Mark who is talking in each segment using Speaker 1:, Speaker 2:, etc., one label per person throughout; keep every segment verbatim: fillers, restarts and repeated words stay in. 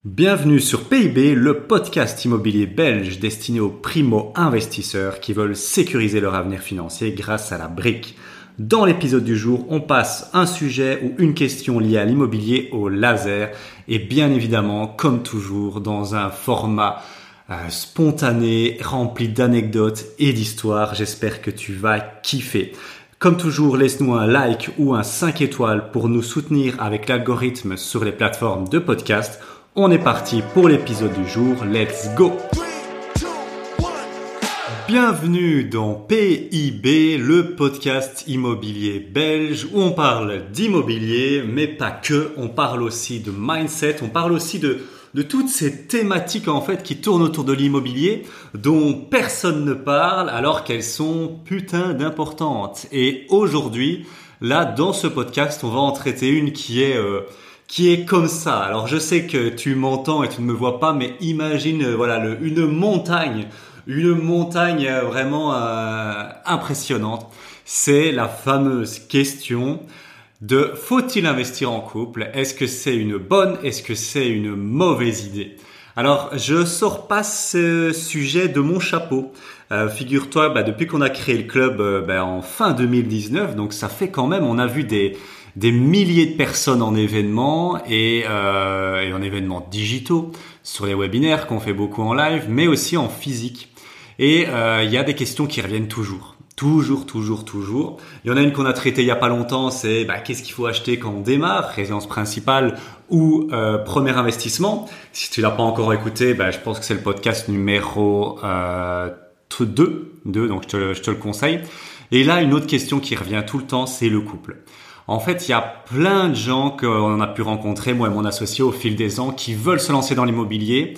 Speaker 1: Bienvenue sur P I B, le podcast immobilier belge destiné aux primo-investisseurs qui veulent sécuriser leur avenir financier grâce à la brique. Dans l'épisode du jour, on passe un sujet ou une question liée à l'immobilier au laser et bien évidemment, comme toujours, dans un format euh, spontané, rempli d'anecdotes et d'histoires. J'espère que tu vas kiffer. Comme toujours, laisse-nous un like ou un cinq étoiles pour nous soutenir avec l'algorithme sur les plateformes de podcast. On est parti pour l'épisode du jour, let's go! Bienvenue dans P I B, le podcast immobilier belge où on parle d'immobilier, mais pas que, on parle aussi de mindset, on parle aussi de, de toutes ces thématiques en fait qui tournent autour de l'immobilier dont personne ne parle alors qu'elles sont putain d'importantes. Et aujourd'hui, là dans ce podcast, on va en traiter une qui est... Euh, qui est comme ça. Alors je sais que tu m'entends et tu ne me vois pas, mais imagine euh, voilà le, une montagne, une montagne euh, vraiment euh, impressionnante. C'est la fameuse question de faut-il investir en couple? Est-ce que c'est une bonne? Est-ce que c'est une mauvaise idée? Alors je sors pas ce sujet de mon chapeau. Euh, figure-toi, bah, depuis qu'on a créé le club euh, bah, en fin deux mille dix-neuf, donc ça fait quand même, on a vu des des milliers de personnes en événements et, euh, et en événements digitaux, sur les webinaires qu'on fait beaucoup en live, mais aussi en physique. Et euh, il y a des questions qui reviennent toujours. Toujours, toujours, toujours. Il y en a une qu'on a traitée il y a pas longtemps, c'est bah, qu'est-ce qu'il faut acheter quand on démarre, résidence principale ou euh, premier investissement. Si tu l'as pas encore écouté, bah, je pense que c'est le podcast numéro euh, deux, deux, donc je te, je te le conseille. Et là, une autre question qui revient tout le temps, c'est le couple. En fait, il y a plein de gens qu'on a pu rencontrer, moi et mon associé, au fil des ans, qui veulent se lancer dans l'immobilier,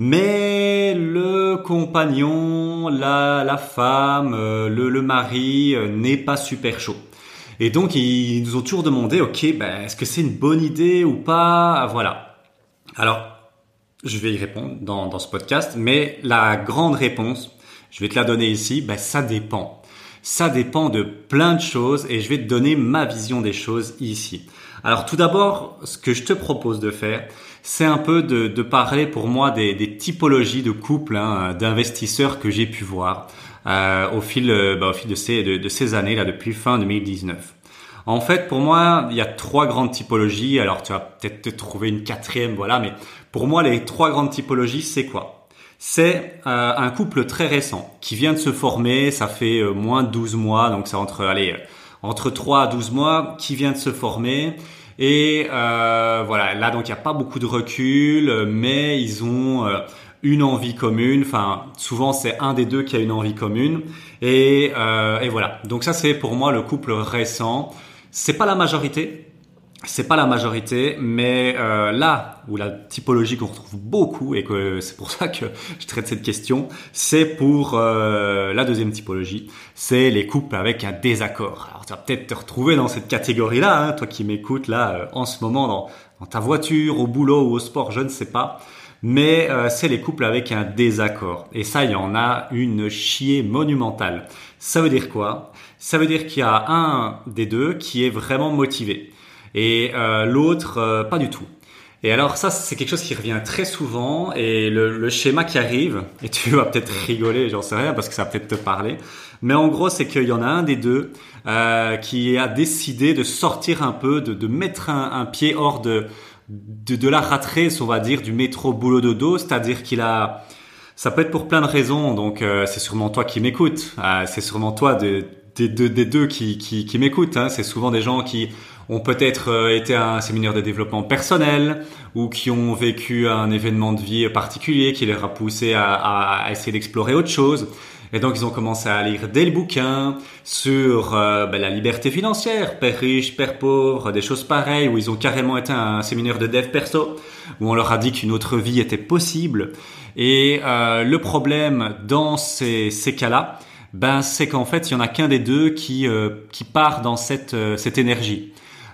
Speaker 1: mais le compagnon, la, la femme, le, le mari euh, n'est pas super chaud. Et donc, ils nous ont toujours demandé, ok, ben, est-ce que c'est une bonne idée ou pas? Voilà. Alors, je vais y répondre dans, dans ce podcast, mais la grande réponse, je vais te la donner ici, ben, ça dépend. Ça dépend de plein de choses et je vais te donner ma vision des choses ici. Alors tout d'abord, ce que je te propose de faire, c'est un peu de, de parler pour moi des, des typologies de couples, hein, d'investisseurs que j'ai pu voir euh, au fil, bah, au fil de ces, de, de ces années là depuis fin deux mille dix-neuf. En fait, pour moi, il y a trois grandes typologies. Alors tu vas peut-être te trouver une quatrième, voilà. Mais pour moi, les trois grandes typologies, c'est quoi? C'est euh, un couple très récent qui vient de se former, ça fait euh, moins de douze mois, donc c'est entre allez euh, entre trois à douze mois qui vient de se former et euh, voilà, là donc il n'y a pas beaucoup de recul, mais ils ont euh, une envie commune, enfin souvent c'est un des deux qui a une envie commune et, euh, et voilà. Donc ça c'est pour moi le couple récent, c'est pas la majorité. C'est pas la majorité, mais euh, là où la typologie qu'on retrouve beaucoup et que c'est pour ça que je traite cette question, c'est pour euh, la deuxième typologie, c'est les couples avec un désaccord. Alors tu vas peut-être te retrouver dans cette catégorie-là, hein, toi qui m'écoutes là euh, en ce moment dans, dans ta voiture, au boulot ou au sport, je ne sais pas, mais euh, c'est les couples avec un désaccord. Et ça, il y en a une chier monumentale. Ça veut dire quoi? Ça veut dire qu'il y a un des deux qui est vraiment motivé. Et euh, l'autre euh, pas du tout. Et alors ça c'est quelque chose qui revient très souvent et le, le schéma qui arrive, et tu vas peut-être rigoler, j'en sais rien parce que ça va peut-être te parler, mais en gros c'est qu'il y en a un des deux euh, qui a décidé de sortir un peu, de, de mettre un, un pied hors de, de, de la rat race, on va dire, du métro boulot dodo, c'est-à-dire qu'il a... Ça peut être pour plein de raisons, donc euh, c'est sûrement toi qui m'écoutes, euh, c'est sûrement toi de, des, de, des deux qui, qui, qui m'écoutent, hein. C'est souvent des gens qui ont peut-être euh, été à un séminaire de développement personnel ou qui ont vécu un événement de vie particulier qui les a poussés à, à, à essayer d'explorer autre chose. Et donc, ils ont commencé à lire des bouquins sur euh, ben, la liberté financière, père riche, père pauvre, des choses pareilles, où ils ont carrément été à un séminaire de dev perso, où on leur a dit qu'une autre vie était possible. Et euh, le problème dans ces, ces cas-là, ben, c'est qu'en fait, il y en a qu'un des deux qui, euh, qui part dans cette, euh, cette énergie.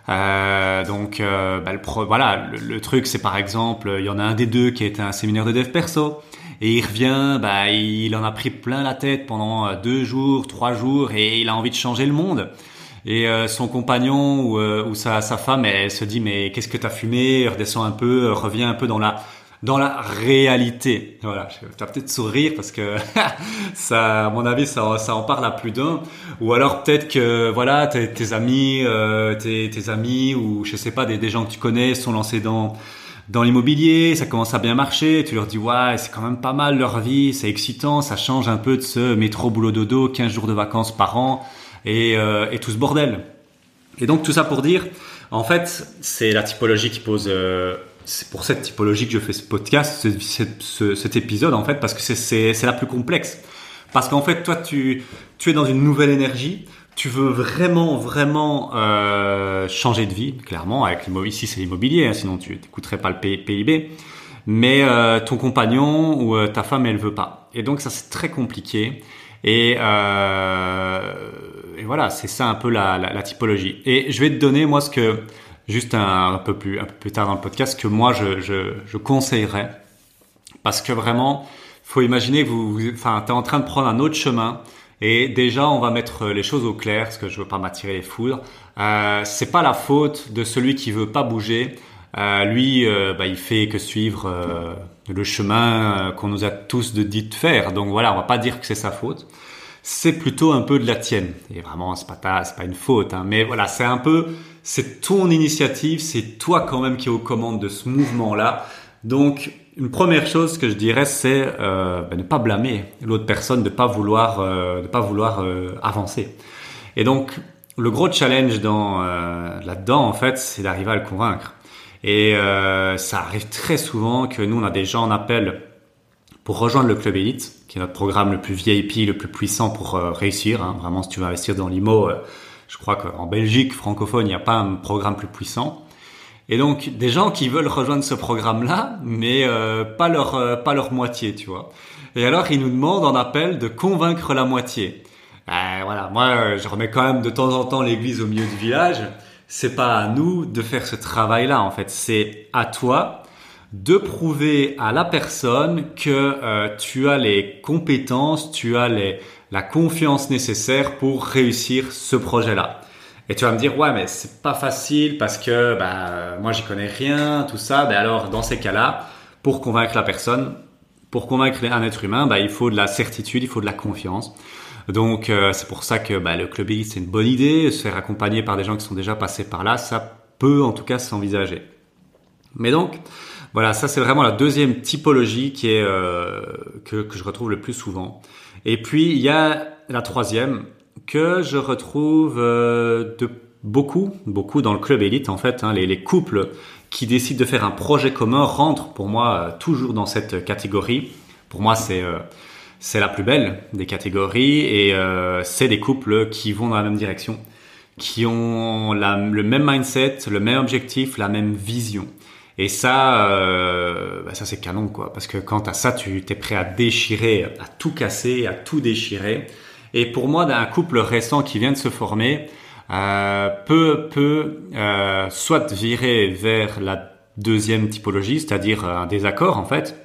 Speaker 1: Euh, donc euh, bah, le pro, voilà le, le truc c'est par exemple il y en a un des deux qui a été à un séminaire de dev perso et il revient, bah il en a pris plein la tête pendant deux jours, trois jours et il a envie de changer le monde. Et euh, son compagnon ou, euh, ou sa, sa femme, elle, elle se dit mais qu'est-ce que t'as fumé? Redescend un peu, revient un peu dans la dans la réalité. Voilà, tu vas peut-être sourire parce que ça, à mon avis, ça, ça en parle à plus d'un. Ou alors peut-être que voilà, tes, tes amis, euh, tes, tes amis ou je sais pas, des, des gens que tu connais sont lancés dans dans l'immobilier, ça commence à bien marcher. Tu leur dis ouais, c'est quand même pas mal leur vie, c'est excitant, ça change un peu de ce métro boulot dodo, quinze jours de vacances par an et, euh, et tout ce bordel. Et donc tout ça pour dire, en fait, c'est la typologie qui pose. Euh, c'est pour cette typologie que je fais ce podcast, ce, ce, ce, cet épisode en fait, parce que c'est, c'est, c'est la plus complexe. Parce qu'en fait, toi, tu, tu es dans une nouvelle énergie. Tu veux vraiment, vraiment euh, changer de vie, clairement. Avec l'immobilier, ici c'est l'immobilier, hein, sinon tu n'écouterais pas le P I B. Mais euh, ton compagnon ou euh, ta femme, elle veut pas. Et donc ça, c'est très compliqué. Et, euh, et voilà, c'est ça un peu la, la, la typologie. Et je vais te donner moi ce que juste un, un peu plus un peu plus tard dans le podcast que moi je je, je conseillerais, parce que vraiment, faut imaginer que vous, vous enfin, t'es en train de prendre un autre chemin. Et déjà, on va mettre les choses au clair, parce que je veux pas m'attirer les foudres. Euh, c'est pas la faute de celui qui veut pas bouger. Euh, lui, euh, bah, il fait que suivre euh, le chemin qu'on nous a tous de dit de faire. Donc voilà, on va pas dire que c'est sa faute. C'est plutôt un peu de la tienne. Et vraiment, c'est pas ta, c'est pas une faute, hein. Mais voilà, c'est un peu, c'est ton initiative, c'est toi quand même qui es aux commandes de ce mouvement-là. Donc, une première chose que je dirais, c'est euh, ben, ne pas blâmer l'autre personne, de pas vouloir, euh, de pas vouloir euh, avancer. Et donc, le gros challenge dans euh, là-dedans, en fait, c'est d'arriver à le convaincre. Et euh, ça arrive très souvent que nous, on a des gens en appel pour rejoindre le Club Elite, qui est notre programme le plus V I P, le plus puissant pour euh, réussir. Hein. Vraiment, si tu veux investir dans l'IMO, euh, je crois qu'en Belgique francophone, il n'y a pas un programme plus puissant. Et donc des gens qui veulent rejoindre ce programme-là, mais euh, pas leur euh, pas leur moitié, tu vois. Et alors ils nous demandent en appel de convaincre la moitié. Euh, voilà, moi je remets quand même de temps en temps l'église au milieu du village. C'est pas à nous de faire ce travail-là en fait, c'est à toi de prouver à la personne que euh, tu as les compétences, tu as les la confiance nécessaire pour réussir ce projet-là. Et tu vas me dire, ouais, mais c'est pas facile parce que bah, moi, j'y connais rien, tout ça. Ben alors, dans ces cas-là, pour convaincre la personne, pour convaincre un être humain, bah, il faut de la certitude, il faut de la confiance. Donc, euh, c'est pour ça que bah, le Club Elite, c'est une bonne idée. Se faire accompagner par des gens qui sont déjà passés par là, ça peut en tout cas s'envisager. Mais donc, voilà, ça, c'est vraiment la deuxième typologie qui est euh, que, que je retrouve le plus souvent. Et puis, il y a la troisième que je retrouve euh, de beaucoup, beaucoup dans le Club Elite en fait. Hein, les, les couples qui décident de faire un projet commun rentrent pour moi euh, toujours dans cette catégorie. Pour moi, c'est euh, c'est la plus belle des catégories et euh, c'est des couples qui vont dans la même direction, qui ont la, le même mindset, le même objectif, la même vision. Et ça, euh, bah ça c'est canon quoi, parce que quand t'as ça, tu t'es prêt à déchirer, à tout casser, à tout déchirer. Et pour moi, d'un couple récent qui vient de se former, euh, peut, peut euh, soit virer vers la deuxième typologie, c'est-à-dire un désaccord en fait,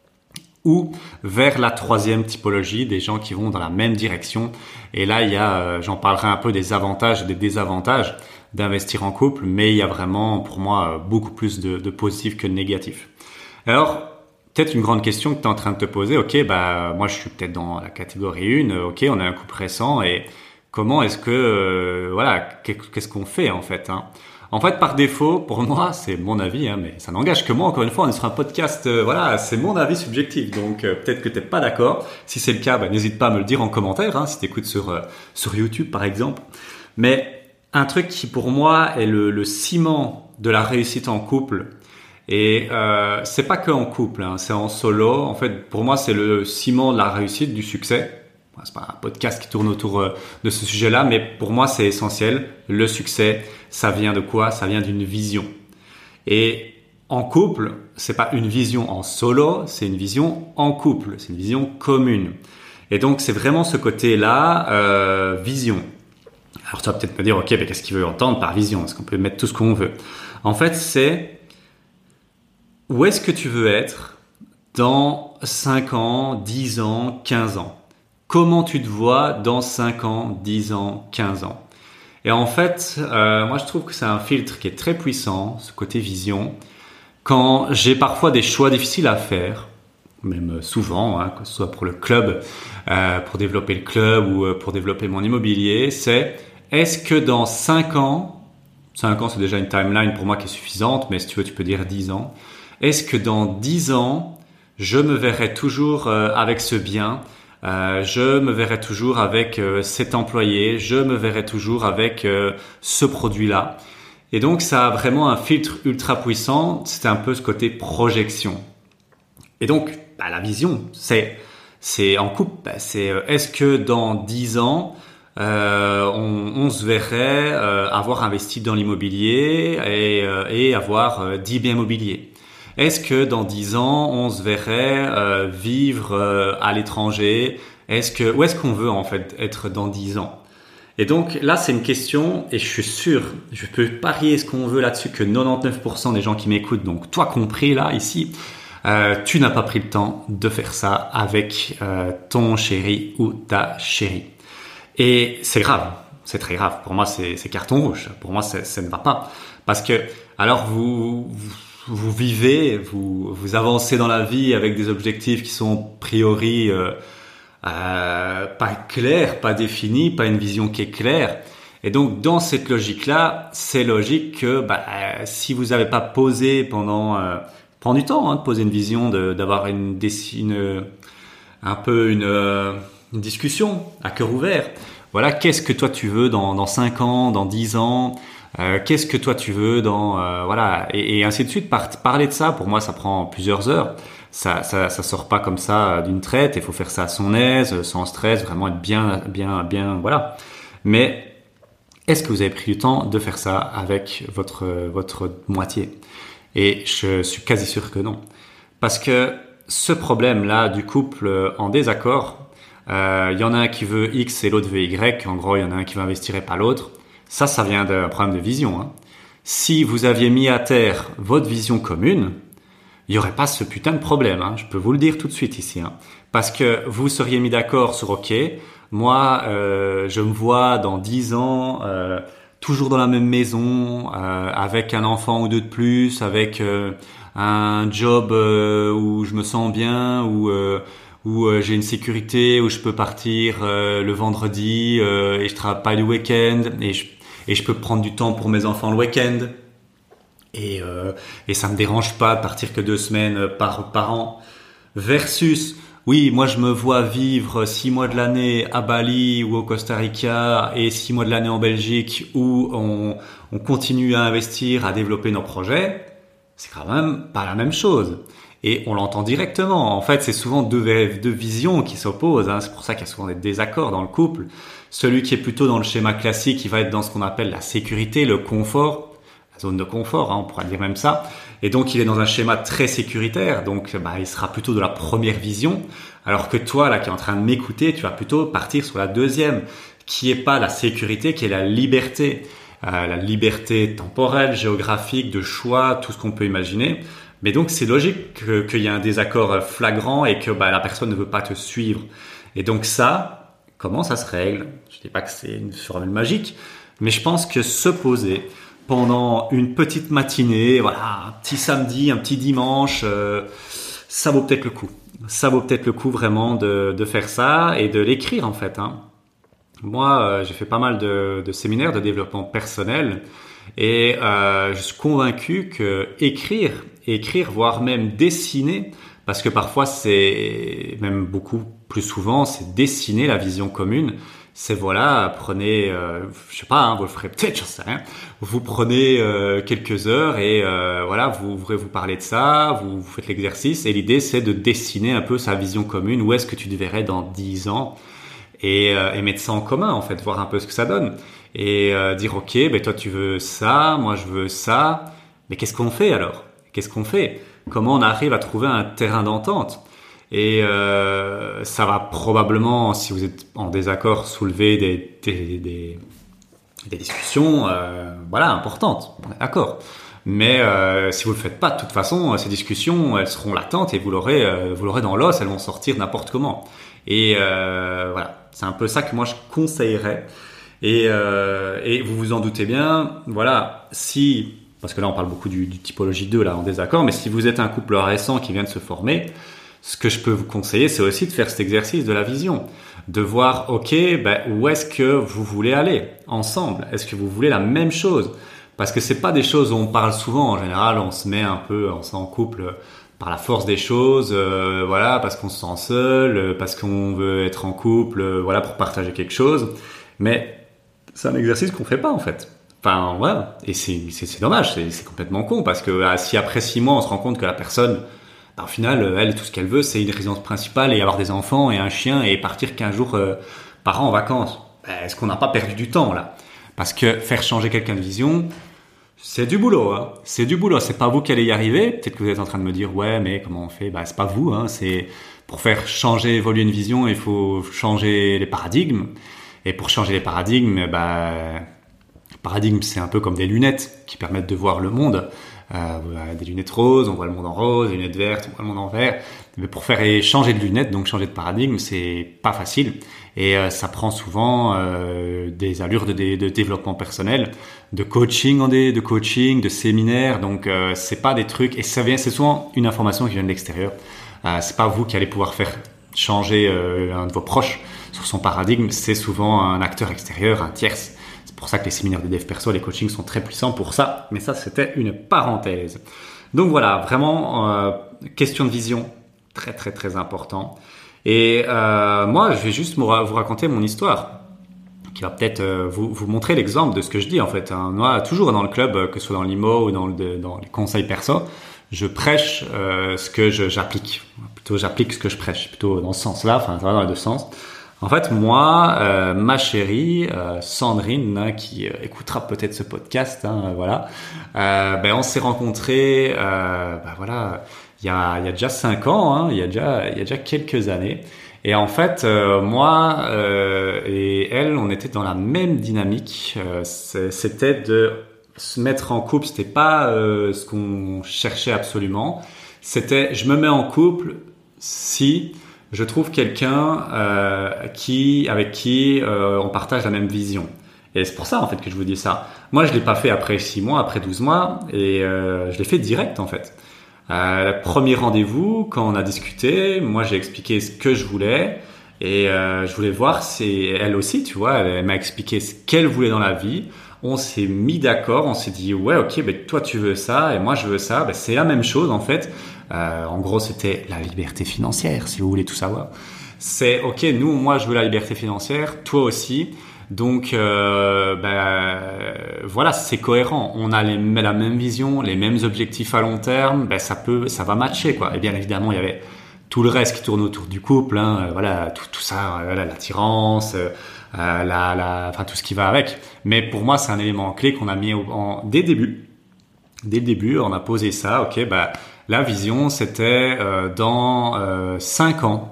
Speaker 1: ou vers la troisième typologie, des gens qui vont dans la même direction. Et là, il y a, euh, j'en parlerai un peu des avantages et des désavantages d'investir en couple, mais il y a vraiment, pour moi, beaucoup plus de, de positifs que de négatifs. Alors, peut-être une grande question que tu es en train de te poser. Ok, bah moi je suis peut-être dans la catégorie un. Ok, on a un couple récent et comment est-ce que euh, voilà, qu'est-ce qu'on fait en fait hein En fait, par défaut, pour moi, c'est mon avis, hein, mais ça n'engage que moi. Encore une fois, on est sur un podcast. Euh, voilà, c'est mon avis subjectif. Donc euh, peut-être que t'es pas d'accord. Si c'est le cas, bah, n'hésite pas à me le dire en commentaire. Hein, si t'écoutes sur euh, sur YouTube par exemple. Mais un truc qui pour moi est le, le ciment de la réussite en couple. Et euh, c'est pas que en couple, hein, c'est en solo. En fait, pour moi, c'est le ciment de la réussite, du succès. C'est pas un podcast qui tourne autour euh, de ce sujet-là, mais pour moi, c'est essentiel. Le succès, ça vient de quoi ? Ça vient d'une vision. Et en couple, c'est pas une vision en solo, c'est une vision en couple, c'est une vision commune. Et donc, c'est vraiment ce côté-là, euh, vision. Alors, tu vas peut-être me dire, ok, mais qu'est-ce qu'il veut entendre par vision ? Est-ce qu'on peut mettre tout ce qu'on veut ? En fait, c'est où est-ce que tu veux être dans cinq ans, dix ans, quinze ans ? Comment tu te vois dans cinq ans, dix ans, quinze ans ? Et en fait, euh, moi je trouve que c'est un filtre qui est très puissant, ce côté vision, quand j'ai parfois des choix difficiles à faire, même souvent, hein, que ce soit pour le club, euh, pour développer le club ou pour développer mon immobilier, c'est est-ce que dans cinq ans, cinq ans c'est déjà une timeline pour moi qui est suffisante, mais si tu veux tu peux dire dix ans, est-ce que dans dix ans, je me verrai toujours euh, avec ce bien, euh, je me verrai toujours avec euh, cet employé, je me verrai toujours avec euh, ce produit-là. Et donc ça a vraiment un filtre ultra puissant, c'est un peu ce côté projection. Et donc bah, la vision, c'est, c'est en couple, bah, c'est euh, est-ce que dans dix ans, euh, on, on se verrait euh, avoir investi dans l'immobilier et, euh, et avoir euh, dix biens immobiliers. Est-ce que dans dix ans, on se verrait euh, vivre euh, à l'étranger? Est-ce que, où est-ce qu'on veut en fait être dans dix ans? Et donc là, c'est une question, et je suis sûr, je peux parier ce qu'on veut là-dessus, que quatre-vingt-dix-neuf pour cent des gens qui m'écoutent, donc toi compris là, ici, euh, tu n'as pas pris le temps de faire ça avec euh, ton chéri ou ta chérie. Et c'est grave, c'est très grave. Pour moi, c'est, c'est carton rouge. Pour moi, ça ne va pas. Parce que, alors vous... vous Vous vivez, vous vous avancez dans la vie avec des objectifs qui sont a priori euh, euh, pas clairs, pas définis, pas une vision qui est claire. Et donc dans cette logique-là, c'est logique que bah, si vous n'avez pas posé pendant euh, prend du temps hein, de poser une vision, de, d'avoir une, une un peu une, euh, une discussion à cœur ouvert. Voilà, qu'est-ce que toi tu veux dans dans cinq ans, dans dix ans? Euh, qu'est-ce que toi tu veux dans euh, voilà et, et ainsi de suite. Par, parler de ça, pour moi, ça prend plusieurs heures. Ça, ça, ça sort pas comme ça d'une traite. Il faut faire ça à son aise, sans stress, vraiment être bien, bien, bien, voilà. Mais est-ce que vous avez pris du temps de faire ça avec votre votre moitié? Et je suis quasi sûr que non, parce que ce problème-là du couple en désaccord, il euh, y en a un qui veut X et l'autre veut Y. En gros, il y en a un qui veut investir et pas l'autre. Ça, ça vient d'un problème de vision. Hein. Si vous aviez mis à terre votre vision commune, il n'y aurait pas ce putain de problème. Hein. Je peux vous le dire tout de suite ici. Hein. Parce que vous seriez mis d'accord sur OK, moi, euh, je me vois dans dix ans, euh, toujours dans la même maison, euh, avec un enfant ou deux de plus, avec euh, un job euh, où je me sens bien, où... Euh, où euh, j'ai une sécurité, où je peux partir euh, le vendredi euh, et je travaille pas le week-end et je, et je peux prendre du temps pour mes enfants le week-end et, euh, et ça me dérange pas de partir que deux semaines par, par an versus oui, moi je me vois vivre six mois de l'année à Bali ou au Costa Rica et six mois de l'année en Belgique où on, on continue à investir, à développer nos projets. C'est quand même pas la même chose. Et on l'entend directement. En fait, c'est souvent deux, deux visions qui s'opposent. Hein. C'est pour ça qu'il y a souvent des désaccords dans le couple. Celui qui est plutôt dans le schéma classique, il va être dans ce qu'on appelle la sécurité, le confort, la zone de confort, hein, on pourrait dire même ça. Et donc, il est dans un schéma très sécuritaire. Donc, bah, il sera plutôt de la première vision. Alors que toi, là, qui est en train de m'écouter, tu vas plutôt partir sur la deuxième, qui est pas la sécurité, qui est la liberté. Euh, la liberté temporelle, géographique, de choix, tout ce qu'on peut imaginer. Mais donc, c'est logique que, qu'il y ait un désaccord flagrant et que bah, la personne ne veut pas te suivre. Et donc ça, comment ça se règle? Je ne dis pas que c'est une formule magique, mais je pense que se poser pendant une petite matinée, voilà, un petit samedi, un petit dimanche, euh, ça vaut peut-être le coup. Ça vaut peut-être le coup vraiment de, de faire ça et de l'écrire en fait. Hein. Moi, euh, j'ai fait pas mal de, de séminaires de développement personnel et euh, je suis convaincu que écrire, écrire, voire même dessiner, parce que parfois c'est même beaucoup plus souvent, c'est dessiner la vision commune. C'est voilà, prenez, euh, je sais pas, hein, vous le ferez peut-être, j'en sais rien. Vous prenez euh, quelques heures et euh, voilà, vous vous vous parlez de ça, vous, vous faites l'exercice et l'idée c'est de dessiner un peu sa vision commune. Où est-ce que tu te verrais dans dix ans et, euh, et mettre ça en commun en fait, voir un peu ce que ça donne et euh, dire ok, ben toi tu veux ça, moi je veux ça, mais qu'est-ce qu'on fait alors? Qu'est-ce qu'on fait? Comment on arrive à trouver un terrain d'entente? Et euh, ça va probablement, si vous êtes en désaccord, soulever des, des, des, des discussions euh, voilà, importantes. On est d'accord. Mais euh, si vous ne le faites pas, de toute façon, ces discussions, elles seront latentes et vous l'aurez, euh, vous l'aurez dans l'os, elles vont sortir n'importe comment. Et euh, voilà, c'est un peu ça que moi je conseillerais. Et, euh, et vous vous en doutez bien, voilà, si... parce que là on parle beaucoup du, du typologie deux là en désaccord, mais si vous êtes un couple récent qui vient de se former, ce que je peux vous conseiller, c'est aussi de faire cet exercice de la vision, de voir, ok, ben, où est-ce que vous voulez aller ensemble? Est-ce que vous voulez la même chose? Parce que c'est pas des choses où on parle souvent. En général, on se met un peu, on se met en couple par la force des choses, euh, voilà, parce qu'on se sent seul, parce qu'on veut être en couple, euh, voilà, pour partager quelque chose. Mais c'est un exercice qu'on fait pas en fait. Enfin, voilà. Et c'est, c'est, c'est dommage, c'est, c'est complètement con, parce que ah, si après six mois on se rend compte que la personne, ben, au final, elle, tout ce qu'elle veut, c'est une résidence principale et avoir des enfants et un chien et partir quinze jours euh, par an en vacances. Ben, est-ce qu'on n'a pas perdu du temps là? Parce que faire changer quelqu'un de vision, c'est du boulot, hein. C'est du boulot. C'est pas vous qui allez y arriver. Peut-être que vous êtes en train de me dire, ouais, mais comment on fait? Bah, c'est pas vous, hein. C'est pour faire changer, évoluer une vision, il faut changer les paradigmes. Et pour changer les paradigmes, bah, paradigme, c'est un peu comme des lunettes qui permettent de voir le monde. Euh, des lunettes roses, on voit le monde en rose, des lunettes vertes, on voit le monde en vert. Mais pour faire changer de lunettes, donc changer de paradigme, c'est pas facile. Et euh, ça prend souvent euh, des allures de, de, de développement personnel, de coaching, en des, de coaching, de séminaires. Donc euh, c'est pas des trucs, et ça vient, c'est souvent une information qui vient de l'extérieur. Euh, c'est pas vous qui allez pouvoir faire changer euh, un de vos proches sur son paradigme. C'est souvent un acteur extérieur, un tierce. C'est pour ça que les séminaires de dev perso, les coachings sont très puissants pour ça. Mais ça, c'était une parenthèse. Donc voilà, vraiment euh, question de vision, très très très important. Et euh, moi, je vais juste vous raconter mon histoire, qui va peut-être euh, vous, vous montrer l'exemple de ce que je dis en fait. Hein. Moi, toujours dans le club, que ce soit dans l'I M O ou dans, le, dans les conseils perso, je prêche euh, ce que je, j'applique. Plutôt, j'applique ce que je prêche, plutôt dans ce sens-là. Enfin, ça va dans les deux sens. En fait, moi, euh, ma chérie euh, Sandrine, hein, qui euh, écoutera peut-être ce podcast, hein, voilà. Euh, ben, on s'est rencontrés, euh, ben voilà. Il y a, il y a déjà cinq ans, hein, il y a déjà, il y a déjà quelques années. Et en fait, euh, moi euh, et elle, on était dans la même dynamique. Euh, c'était de se mettre en couple. C'était pas euh, ce qu'on cherchait absolument. C'était, je me mets en couple si je trouve quelqu'un euh, qui, avec qui euh, on partage la même vision. Et c'est pour ça en fait que je vous dis ça. Moi, je l'ai pas fait après six mois, après douze mois, et euh, je l'ai fait direct en fait. Euh, premier rendez-vous, quand on a discuté, moi j'ai expliqué ce que je voulais et euh, je voulais voir si elle aussi, tu vois, elle, elle m'a expliqué ce qu'elle voulait dans la vie. On s'est mis d'accord, on s'est dit ouais, ok, ben toi tu veux ça et moi je veux ça, ben c'est la même chose en fait. Euh, en gros, c'était la liberté financière, si vous voulez tout savoir. C'est ok, nous, moi je veux la liberté financière, toi aussi. Donc euh, ben, voilà, c'est cohérent. On a les, la même vision, les mêmes objectifs à long terme. Ben ça peut, ça va matcher quoi. Et bien évidemment, il y avait tout le reste qui tourne autour du couple. Hein, voilà, tout, tout ça, voilà, l'attirance, euh, la, la, enfin tout ce qui va avec. Mais pour moi, c'est un élément clé qu'on a mis au, en, dès le début. Dès le début, on a posé ça. Ok, ben la vision, c'était euh, dans euh, cinq ans.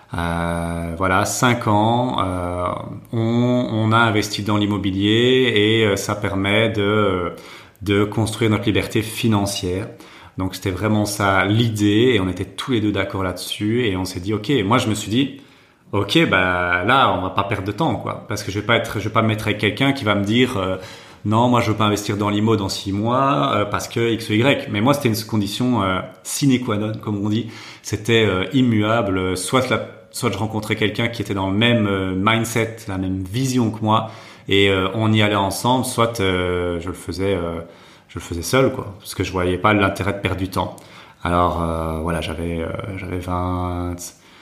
Speaker 1: Euh, voilà, cinq ans, euh, on, on a investi dans l'immobilier et euh, ça permet de, de construire notre liberté financière. Donc c'était vraiment ça l'idée et on était tous les deux d'accord là-dessus et on s'est dit ok, moi je me suis dit ok, bah là on va pas perdre de temps quoi, parce que je vais pas être, je vais pas me mettre avec quelqu'un qui va me dire euh, non, moi je veux pas investir dans l'immo dans six mois euh, parce que X ou Y. Mais moi c'était une condition euh, sine qua non comme on dit, c'était euh, immuable, soit la soit je rencontrais quelqu'un qui était dans le même euh, mindset, la même vision que moi, et euh, on y allait ensemble, soit euh, je le faisais, euh, je le faisais seul, quoi, parce que je voyais pas l'intérêt de perdre du temps. Alors euh, voilà, j'avais, euh, j'avais vingt,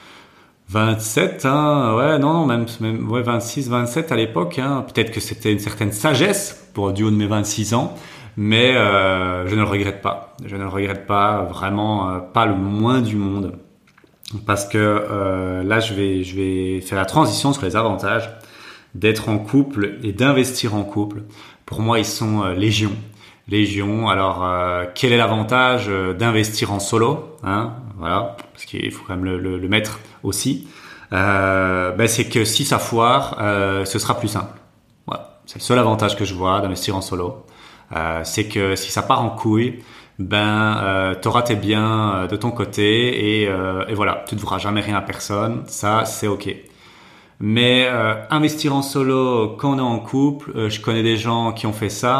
Speaker 1: vingt-sept, hein, ouais, non, non, même, même, ouais, vingt-six, vingt-sept à l'époque. Hein. Peut-être que c'était une certaine sagesse pour du haut de mes vingt-six ans, mais euh, je ne le regrette pas. Je ne le regrette pas, vraiment, euh, pas le moins du monde. Parce que euh, là, je vais, je vais faire la transition sur les avantages d'être en couple et d'investir en couple. Pour moi, ils sont euh, légion. Légion. Alors, euh, quel est l'avantage euh, d'investir en solo, hein, voilà, parce qu'il faut quand même le, le, le mettre aussi. Euh, ben, c'est que si ça foire, euh, ce sera plus simple. Voilà. C'est le seul avantage que je vois d'investir en solo. Euh, c'est que si ça part en couille, ben euh, t'auras tes biens de ton côté et, euh, et voilà, tu ne devras jamais rien à personne, ça c'est ok. Mais euh, investir en solo quand on est en couple, euh, je connais des gens qui ont fait ça,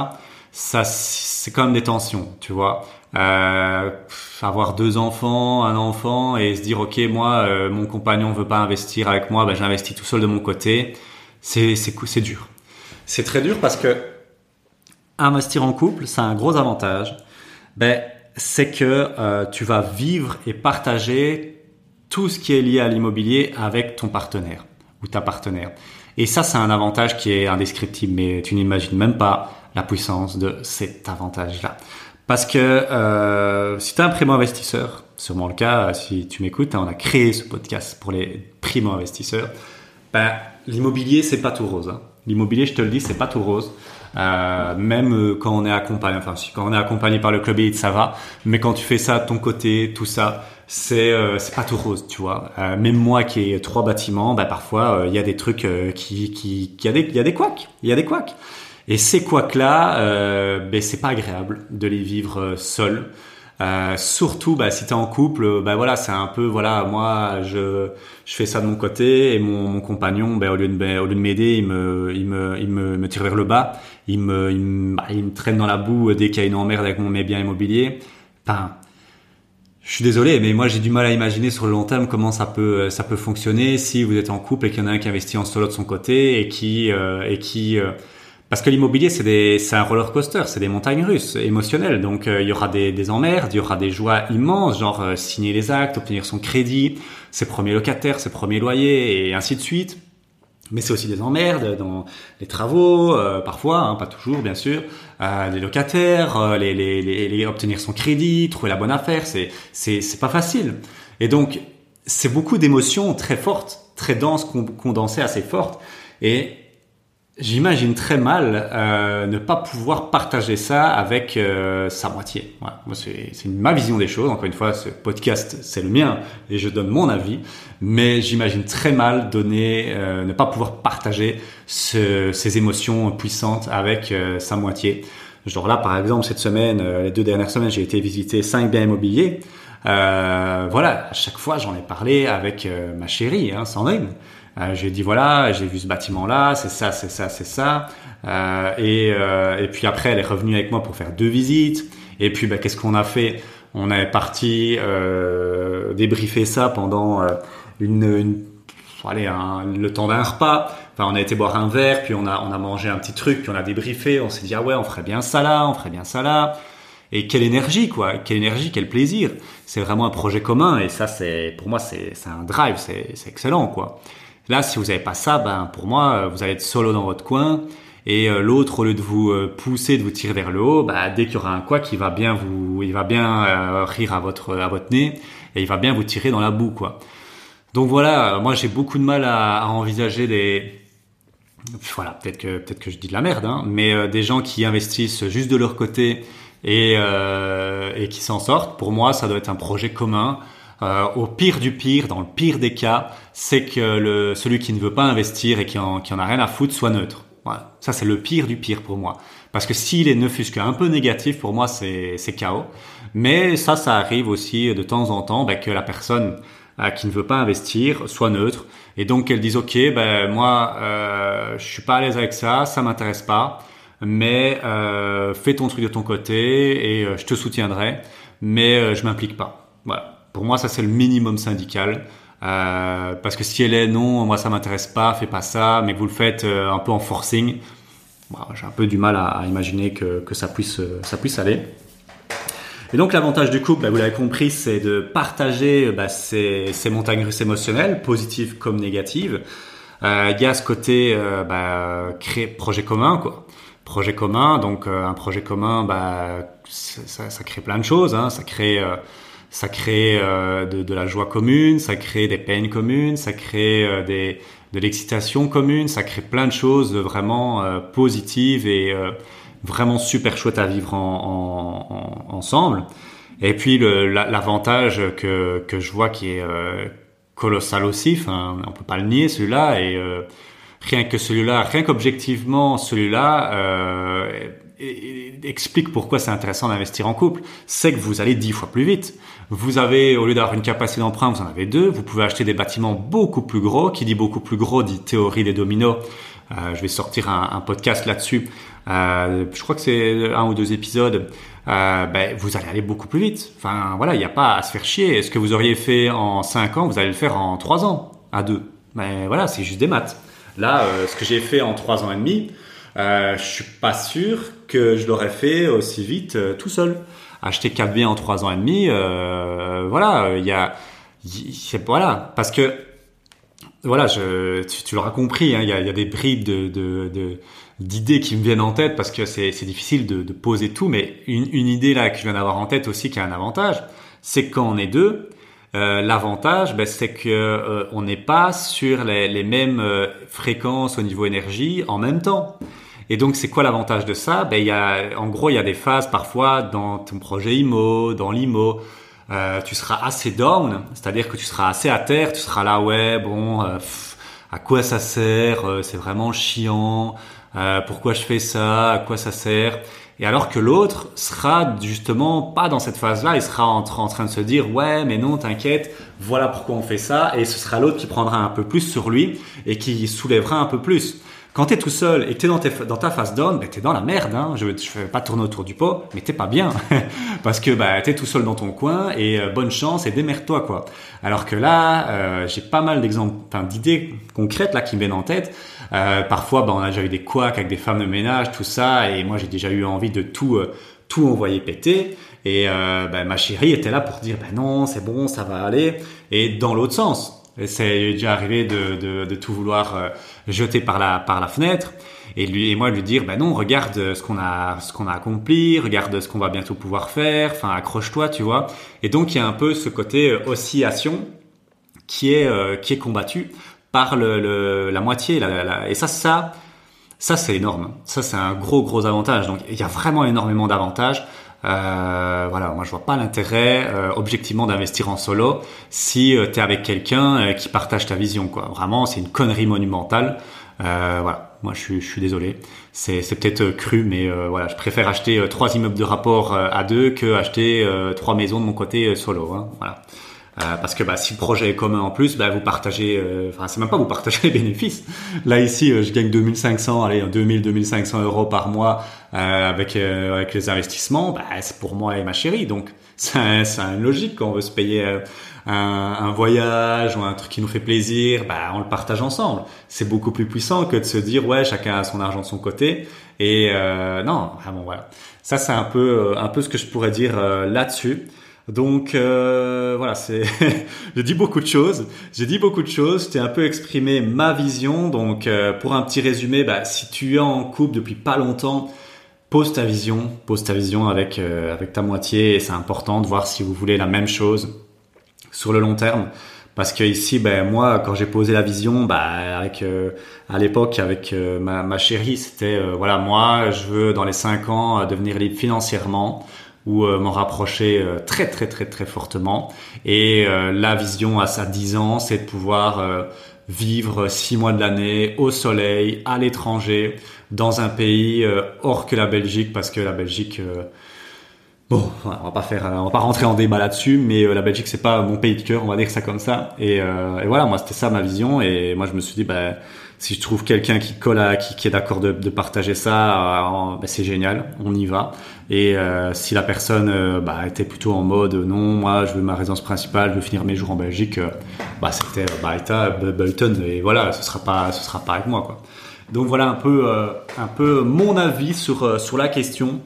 Speaker 1: ça, c'est quand même des tensions, tu vois. Euh, avoir deux enfants, un enfant et se dire ok, moi, euh, mon compagnon veut pas investir avec moi, ben j'investis tout seul de mon côté. C'est, c'est, c'est dur. C'est très dur parce que investir en couple, ça a un gros avantage. Ben, c'est que euh, tu vas vivre et partager tout ce qui est lié à l'immobilier avec ton partenaire ou ta partenaire. Et ça, c'est un avantage qui est indescriptible, mais tu n'imagines même pas la puissance de cet avantage-là. Parce que euh, si tu es un primo-investisseur, sûrement le cas, si tu m'écoutes, hein, on a créé ce podcast pour les primo-investisseurs, ben, l'immobilier, c'est pas tout rose. Hein. L'immobilier, je te le dis, c'est pas tout rose. Euh, même quand on est accompagné, enfin quand on est accompagné par le Club Elite, ça va. Mais quand tu fais ça de ton côté, tout ça, c'est euh, c'est pas tout rose, tu vois. Euh, même moi qui ai trois bâtiments, bah parfois il euh, y a des trucs euh, qui qui qui y a des il y a des couacs, il y a des couacs. Et ces couacs là, euh, ben c'est pas agréable de les vivre euh, seul. Euh, surtout bah si t'es en couple, bah voilà, c'est un peu voilà, moi je je fais ça de mon côté et mon mon compagnon bah au lieu de bah, au lieu de m'aider, il me il me il me, me tire vers le bas, il me il me, bah, il me traîne dans la boue dès qu'il y a une emmerde avec mon mes biens immobiliers. Enfin, je suis désolé, mais moi j'ai du mal à imaginer sur le long terme comment ça peut ça peut fonctionner si vous êtes en couple et qu'il y en a un qui investit en solo de son côté et qui euh, et qui euh, parce que l'immobilier, c'est des, c'est un roller coaster, c'est des montagnes russes émotionnelles. Donc, euh, il y aura des, des emmerdes, il y aura des joies immenses, genre euh, signer les actes, obtenir son crédit, ses premiers locataires, ses premiers loyers, et ainsi de suite. Mais c'est aussi des emmerdes dans les travaux, euh, parfois, hein, pas toujours, bien sûr. Euh, les locataires, euh, les, les, les, les, obtenir son crédit, trouver la bonne affaire, c'est, c'est, c'est pas facile. Et donc, c'est beaucoup d'émotions très fortes, très denses, condensées, assez fortes. Et j'imagine très mal euh, ne pas pouvoir partager ça avec euh, sa moitié. Voilà. Moi, c'est, c'est ma vision des choses. Encore une fois, ce podcast, c'est le mien et je donne mon avis. Mais j'imagine très mal donner, euh, ne pas pouvoir partager ce, ces émotions puissantes avec euh, sa moitié. Genre là, par exemple, cette semaine, euh, les deux dernières semaines, j'ai été visiter cinq biens immobiliers. Euh, voilà, à chaque fois, j'en ai parlé avec euh, ma chérie, hein, Sandrine. Euh, j'ai dit voilà, j'ai vu ce bâtiment-là, c'est ça, c'est ça, c'est ça. Euh, et, euh, et puis après, elle est revenue avec moi pour faire deux visites. Et puis, bah, qu'est-ce qu'on a fait ? On est parti euh, débriefer ça pendant euh, une, une, allez, un, le temps d'un repas. Enfin, on a été boire un verre, puis on a, on a mangé un petit truc, puis on a débriefé. On s'est dit ah ouais, on ferait bien ça là, on ferait bien ça là. Et quelle énergie, quoi. Quelle énergie, quel plaisir. C'est vraiment un projet commun. Et ça, c'est, pour moi, c'est, c'est un drive. C'est, c'est excellent, quoi. Là, si vous n'avez pas ça, ben pour moi, vous allez être solo dans votre coin et euh, l'autre, au lieu de vous euh, pousser, de vous tirer vers le haut, ben, dès qu'il y aura un couac, il va bien vous, il va bien euh, rire à votre à votre nez et il va bien vous tirer dans la boue, quoi. Donc voilà, moi j'ai beaucoup de mal à, à envisager des, voilà, peut-être que peut-être que je dis de la merde, hein, mais euh, des gens qui investissent juste de leur côté et euh, et qui s'en sortent. Pour moi, ça doit être un projet commun. Euh, au pire du pire, dans le pire des cas, c'est que le, celui qui ne veut pas investir et qui en, qui en a rien à foutre soit neutre. Voilà. Ça, c'est le pire du pire pour moi. Parce que s'il est ne fût-ce qu'un peu négatif, pour moi, c'est, c'est chaos. Mais ça, ça arrive aussi de temps en temps, ben, que la personne euh, qui ne veut pas investir soit neutre. Et donc, qu'elle dise, OK, ben, moi, euh, je suis pas à l'aise avec ça, ça m'intéresse pas. Mais euh, fais ton truc de ton côté et euh, je te soutiendrai. Mais euh, je m'implique pas. Voilà. Pour moi, ça, c'est le minimum syndical. Euh, parce que si elle est non, moi, ça m'intéresse pas, fais pas ça, mais que vous le faites euh, un peu en forcing, bon, j'ai un peu du mal à, à imaginer que, que ça puisse, euh, ça puisse aller. Et donc, l'avantage du couple, bah, vous l'avez compris, c'est de partager bah, ces, ces montagnes russes émotionnelles, positives comme négatives. Euh, il y a ce côté euh, bah, créer projet commun, quoi. Projet commun, donc euh, un projet commun, bah, ça, ça crée plein de choses, hein. Ça crée... Euh, Ça crée euh, de, de la joie commune, ça crée des peines communes, ça crée euh, des, de l'excitation commune, ça crée plein de choses vraiment euh, positives et euh, vraiment super chouettes à vivre en, en, en, ensemble. Et puis le, la, l'avantage que, que je vois qui est euh, colossal aussi, enfin, on peut pas le nier celui-là, et euh, rien que celui-là, rien qu'objectivement celui-là euh, et, et explique pourquoi c'est intéressant d'investir en couple, c'est que vous allez dix fois plus vite. Vous avez, au lieu d'avoir une capacité d'emprunt, vous en avez deux. Vous pouvez acheter des bâtiments beaucoup plus gros. Qui dit beaucoup plus gros dit théorie des dominos. Euh, je vais sortir un, un podcast là-dessus. Euh, je crois que c'est un ou deux épisodes. Euh, ben, vous allez aller beaucoup plus vite. Enfin, voilà, il n'y a pas à se faire chier. Ce que vous auriez fait en cinq ans, vous allez le faire en trois ans, à deux. Mais voilà, c'est juste des maths. Là, euh, ce que j'ai fait en trois ans et demi, euh, je suis pas sûr que je l'aurais fait aussi vite euh, tout seul. Acheter quatre biens en trois ans et demi, euh, voilà, il y a, y, voilà, parce que voilà, je, tu, tu l'auras compris, hein, il y a, y a des bribes de, de, de d'idées qui me viennent en tête parce que c'est, c'est difficile de, de poser tout, mais une, une idée là que je viens d'avoir en tête aussi qui a un avantage, c'est que quand on est deux, euh, l'avantage, ben, c'est que euh, on n'est pas sur les, les mêmes euh, fréquences au niveau énergie en même temps. Et donc, c'est quoi l'avantage de ça? Ben, il y a, en gros, il y a des phases parfois dans ton projet I M O, dans l'I M O, euh, tu seras assez down, c'est-à-dire que tu seras assez à terre, tu seras là, ouais, bon, euh, pff, à quoi ça sert? Euh, c'est vraiment chiant. Euh, pourquoi je fais ça? À quoi ça sert? Et alors que l'autre sera justement pas dans cette phase-là, il sera en, en train de se dire, ouais, mais non, t'inquiète, voilà pourquoi on fait ça, et ce sera l'autre qui prendra un peu plus sur lui et qui soulèvera un peu plus. Quand t'es tout seul et que t'es dans, tes, dans ta phase down, ben t'es dans la merde, hein. Je, je fais pas tourner autour du pot, mais t'es pas bien. Parce que, bah, t'es tout seul dans ton coin et euh, bonne chance et démerde-toi, quoi. Alors que là, euh, j'ai pas mal d'exemples, enfin, d'idées concrètes, là, qui me viennent en tête. Euh, parfois, bah, on a déjà eu des couacs avec des femmes de ménage, tout ça, et moi, j'ai déjà eu envie de tout, euh, tout envoyer péter. Et, euh, bah, ma chérie était là pour dire, bah non, c'est bon, ça va aller. Et dans l'autre sens. Et c'est déjà arrivé de, de, de tout vouloir euh, jeter par la, par la fenêtre et lui et moi lui dire, ben non, regarde ce qu'on a, ce qu'on a accompli, regarde ce qu'on va bientôt pouvoir faire, enfin, accroche-toi, tu vois. Et donc, il y a un peu ce côté euh, oscillation qui est, euh, qui est combattu par le, le, la moitié, la, la, la, et ça, ça, ça, c'est énorme. Ça, c'est un gros, gros avantage. Donc, il y a vraiment énormément d'avantages. Euh, voilà, moi je vois pas l'intérêt euh, objectivement d'investir en solo si euh, t'es avec quelqu'un euh, qui partage ta vision, quoi. Vraiment, c'est une connerie monumentale. Euh, voilà, moi je suis, je suis désolé. C'est, c'est peut-être euh, cru, mais euh, voilà, je préfère acheter euh, trois immeubles de rapport euh, à deux que acheter euh, trois maisons de mon côté euh, solo. Hein, voilà. Euh, parce que bah, si le projet est commun en plus, bah, vous partagez, euh, enfin c'est même pas vous partagez les bénéfices. Là ici, euh, je gagne deux mille cinq cents, allez deux mille, deux mille cinq cents euros par mois euh, avec euh, avec les investissements. Bah, c'est pour moi et ma chérie, donc c'est, c'est une logique quand on veut se payer euh, un, un voyage ou un truc qui nous fait plaisir, bah on le partage ensemble. C'est beaucoup plus puissant que de se dire ouais chacun a son argent de son côté. Et euh, non, vraiment voilà. Ça c'est un peu un peu ce que je pourrais dire euh, là-dessus. Donc euh, voilà, c'est j'ai dit beaucoup de choses. J'ai dit beaucoup de choses. Je t'ai un peu exprimé ma vision. Donc euh, pour un petit résumé, bah, si tu es en couple depuis pas longtemps, pose ta vision, pose ta vision avec euh, avec ta moitié. Et c'est important de voir si vous voulez la même chose sur le long terme. Parce que ici, ben moi, quand j'ai posé la vision, bah avec euh, à l'époque avec euh, ma, ma chérie, c'était euh, voilà, moi, je veux dans les cinq ans euh, devenir libre financièrement ou euh, m'en rapprocher euh, très très très très fortement. Et euh, la vision à sa dix ans, c'est de pouvoir euh, vivre six mois de l'année au soleil, à l'étranger, dans un pays euh, hors que la Belgique, parce que la Belgique, euh, bon, on va pas faire, on va pas rentrer en débat là-dessus, mais euh, la Belgique c'est pas mon pays de cœur, on va dire ça comme ça. Et, euh, et voilà, moi c'était ça ma vision, et moi je me suis dit, bah si je trouve quelqu'un qui colle à, qui, qui est d'accord de, de partager ça, euh, bah, c'est génial, on y va. Et euh, si la personne euh, bah, était plutôt en mode non, moi je veux ma résidence principale, je veux finir mes jours en Belgique, euh, bah c'était bah état Bolton, et voilà, ce sera pas, ce sera pas avec moi, quoi. Donc voilà un peu, euh, un peu mon avis sur euh, sur la question.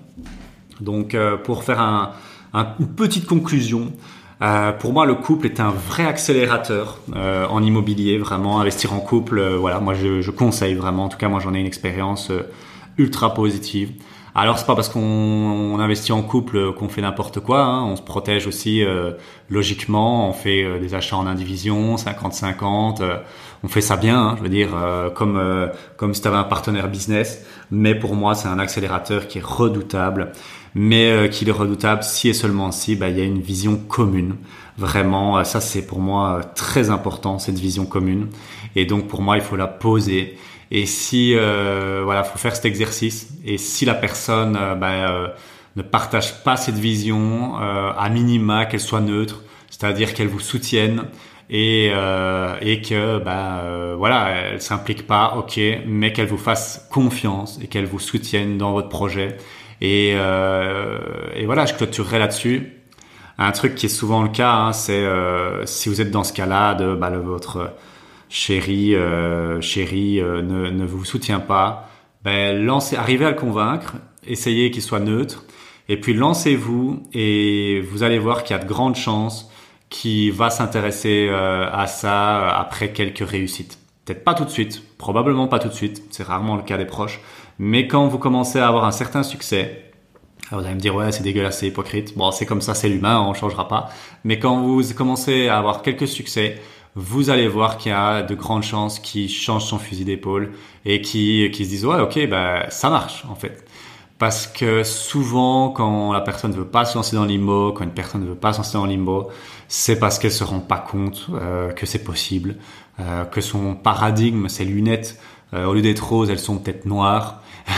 Speaker 1: Donc euh, pour faire un, un, une petite conclusion. Euh, pour moi, le couple est un vrai accélérateur euh, en immobilier. Vraiment, investir en couple, euh, voilà, moi je, je conseille vraiment. En tout cas, moi j'en ai une expérience euh, ultra positive. Alors c'est pas parce qu'on on investit en couple qu'on fait n'importe quoi, hein. On se protège aussi euh, logiquement. On fait euh, des achats en indivision, cinquante cinquante. Euh, on fait ça bien, hein, je veux dire, euh, comme euh, comme si tu avais un partenaire business. Mais pour moi, c'est un accélérateur qui est redoutable. Mais euh, qu'il est redoutable si et seulement si bah, il y a une vision commune. Vraiment, euh, ça c'est pour moi euh, très important, cette vision commune. Et donc pour moi, il faut la poser. Et si euh, voilà, faut faire cet exercice. Et si la personne euh, bah, euh, ne partage pas cette vision, euh, à minima qu'elle soit neutre, c'est-à-dire qu'elle vous soutienne, et euh, et que bah euh, voilà, elle s'implique pas, ok, mais qu'elle vous fasse confiance et qu'elle vous soutienne dans votre projet. Et euh, et voilà, je clôturerai là-dessus. Un truc qui est souvent le cas, hein, c'est euh, si vous êtes dans ce cas-là de bah, le, votre chéri euh, chéri euh, ne ne vous soutient pas, ben lancez, arrivez à le convaincre, essayez qu'il soit neutre. Et puis lancez-vous et vous allez voir qu'il y a de grandes chances qu'il va s'intéresser euh, à ça après quelques réussites. Peut-être pas tout de suite, probablement pas tout de suite, c'est rarement le cas des proches, mais quand vous commencez à avoir un certain succès, alors vous allez me dire ouais c'est dégueulasse, c'est hypocrite, bon c'est comme ça, c'est l'humain, on changera pas, mais quand vous commencez à avoir quelques succès, vous allez voir qu'il y a de grandes chances qu'il change son fusil d'épaule et qu'il, qu'il se dise ouais ok bah ça marche en fait. Parce que souvent, quand la personne ne veut pas se lancer dans l'immo, quand une personne ne veut pas se lancer dans l'immo, c'est parce qu'elle se rend pas compte euh, que c'est possible, euh, que son paradigme, ses lunettes, euh, au lieu d'être roses, elles sont peut-être noires.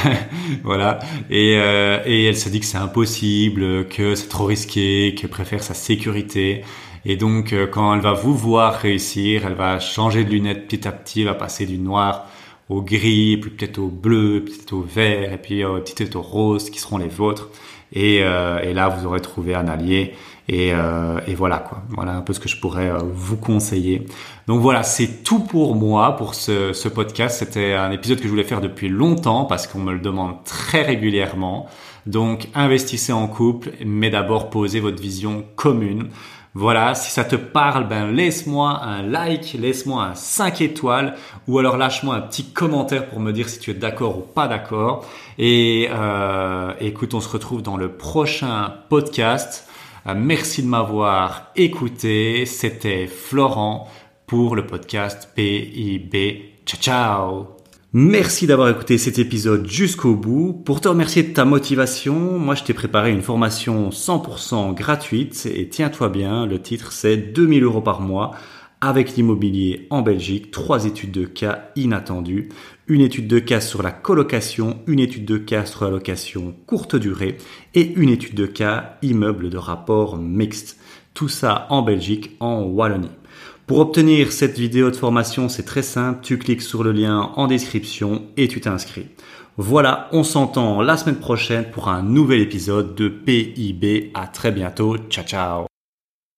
Speaker 1: Voilà. Et, euh, et elle se dit que c'est impossible, que c'est trop risqué, qu'elle préfère sa sécurité. Et donc, euh, quand elle va vous voir réussir, elle va changer de lunettes petit à petit, elle va passer du noir au gris, puis peut-être au bleu, peut-être au vert, et puis euh, peut-être au rose, qui seront les vôtres. Et, euh, et là, vous aurez trouvé un allié. Et, euh, et voilà quoi. Voilà un peu ce que je pourrais euh, vous conseiller. Donc voilà, c'est tout pour moi pour ce, ce podcast. C'était un épisode que je voulais faire depuis longtemps parce qu'on me le demande très régulièrement. Donc investissez en couple, mais d'abord posez votre vision commune. Voilà, si ça te parle, ben laisse-moi un like, laisse-moi un cinq étoiles ou alors lâche-moi un petit commentaire pour me dire si tu es d'accord ou pas d'accord. Et euh, écoute, on se retrouve dans le prochain podcast. Euh, merci de m'avoir écouté. C'était Florent pour le podcast P I B. Ciao, ciao! Merci d'avoir écouté cet épisode jusqu'au bout. Pour te remercier de ta motivation, moi je t'ai préparé une formation cent pour cent gratuite et tiens-toi bien, le titre c'est deux mille euros par mois avec l'immobilier en Belgique, trois études de cas inattendues, une étude de cas sur la colocation, une étude de cas sur la location courte durée et une étude de cas immeuble de rapport mixte. Tout ça en Belgique, en Wallonie. Pour obtenir cette vidéo de formation, c'est très simple, tu cliques sur le lien en description et tu t'inscris. Voilà, on s'entend la semaine prochaine pour un nouvel épisode de P I B. À très bientôt, ciao ciao.